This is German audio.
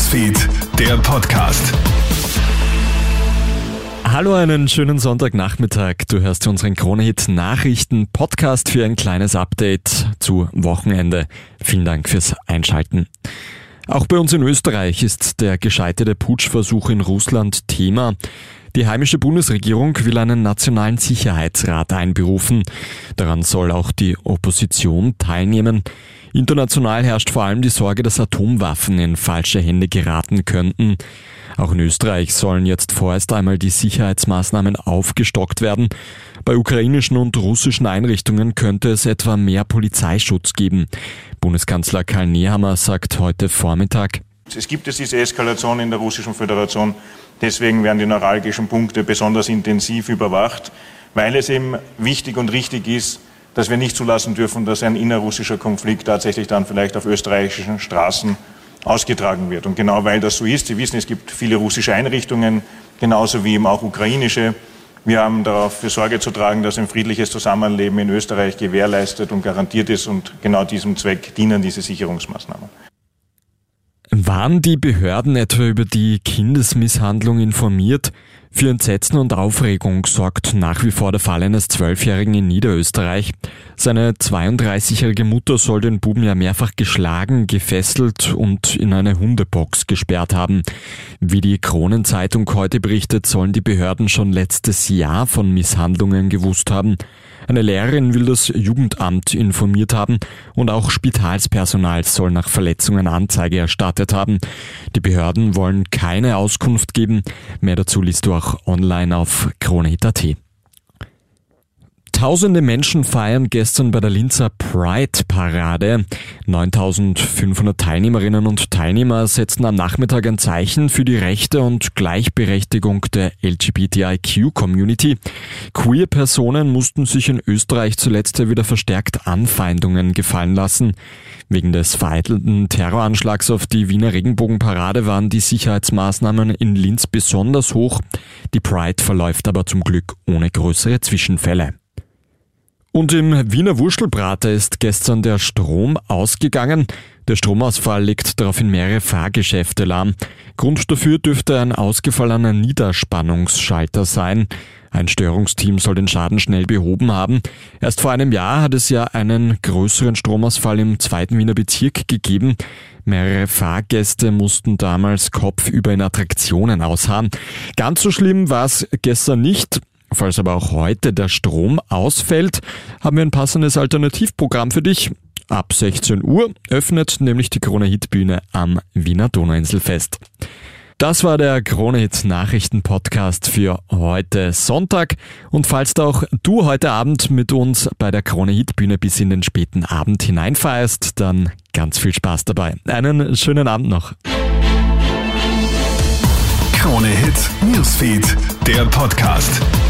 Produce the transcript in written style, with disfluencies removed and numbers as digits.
Newsfeed, der Podcast. Hallo, einen schönen Sonntagnachmittag. Du hörst unseren Krone-Hit-Nachrichten-Podcast für ein kleines Update zu Wochenende. Vielen Dank fürs Einschalten. Auch bei uns in Österreich ist der gescheiterte Putschversuch in Russland Thema. Die heimische Bundesregierung will einen nationalen Sicherheitsrat einberufen. Daran soll auch die Opposition teilnehmen. International herrscht vor allem die Sorge, dass Atomwaffen in falsche Hände geraten könnten. Auch in Österreich sollen jetzt vorerst einmal die Sicherheitsmaßnahmen aufgestockt werden. Bei ukrainischen und russischen Einrichtungen könnte es etwa mehr Polizeischutz geben. Bundeskanzler Karl Nehammer sagt heute Vormittag: Es gibt diese Eskalation in der Russischen Föderation. Deswegen werden die neuralgischen Punkte besonders intensiv überwacht, weil es eben wichtig und richtig ist, dass wir nicht zulassen dürfen, dass ein innerrussischer Konflikt tatsächlich dann vielleicht auf österreichischen Straßen ausgetragen wird. Und genau weil das so ist, Sie wissen, es gibt viele russische Einrichtungen, genauso wie eben auch ukrainische. Wir haben dafür Sorge zu tragen, dass ein friedliches Zusammenleben in Österreich gewährleistet und garantiert ist, und genau diesem Zweck dienen diese Sicherungsmaßnahmen. Waren die Behörden etwa über die Kindesmisshandlung informiert? Für Entsetzen und Aufregung sorgt nach wie vor der Fall eines 12-Jährigen in Niederösterreich. Seine 32-jährige Mutter soll den Buben ja mehrfach geschlagen, gefesselt und in eine Hundebox gesperrt haben. Wie die Kronenzeitung heute berichtet, sollen die Behörden schon letztes Jahr von Misshandlungen gewusst haben. Eine Lehrerin will das Jugendamt informiert haben und auch Spitalspersonal soll nach Verletzungen Anzeige erstattet haben. Die Behörden wollen keine Auskunft geben. Mehr dazu liest du auch online auf Krone-Hit.at. Tausende Menschen feiern gestern bei der Linzer Pride-Parade. 9.500 Teilnehmerinnen und Teilnehmer setzten am Nachmittag ein Zeichen für die Rechte und Gleichberechtigung der LGBTIQ-Community. Queer-Personen mussten sich in Österreich zuletzt wieder verstärkt Anfeindungen gefallen lassen. Wegen des vereitelten Terroranschlags auf die Wiener Regenbogenparade waren die Sicherheitsmaßnahmen in Linz besonders hoch. Die Pride verläuft aber zum Glück ohne größere Zwischenfälle. Und im Wiener Wurstelprater ist gestern der Strom ausgegangen. Der Stromausfall legt daraufhin mehrere Fahrgeschäfte lahm. Grund dafür dürfte ein ausgefallener Niederspannungsschalter sein. Ein Störungsteam soll den Schaden schnell behoben haben. Erst vor einem Jahr hat es ja einen größeren Stromausfall im 2. Wiener Bezirk gegeben. Mehrere Fahrgäste mussten damals kopfüber in Attraktionen ausharren. Ganz so schlimm war es gestern nicht. Falls aber auch heute der Strom ausfällt, haben wir ein passendes Alternativprogramm für dich. Ab 16 Uhr öffnet nämlich die Krone-Hit-Bühne am Wiener Donauinselfest. Das war der Krone-Hit-Nachrichten-Podcast für heute Sonntag. Und falls auch du heute Abend mit uns bei der Krone-Hit-Bühne bis in den späten Abend hineinfeierst, dann ganz viel Spaß dabei. Einen schönen Abend noch. Krone-Hit Newsfeed, der Podcast.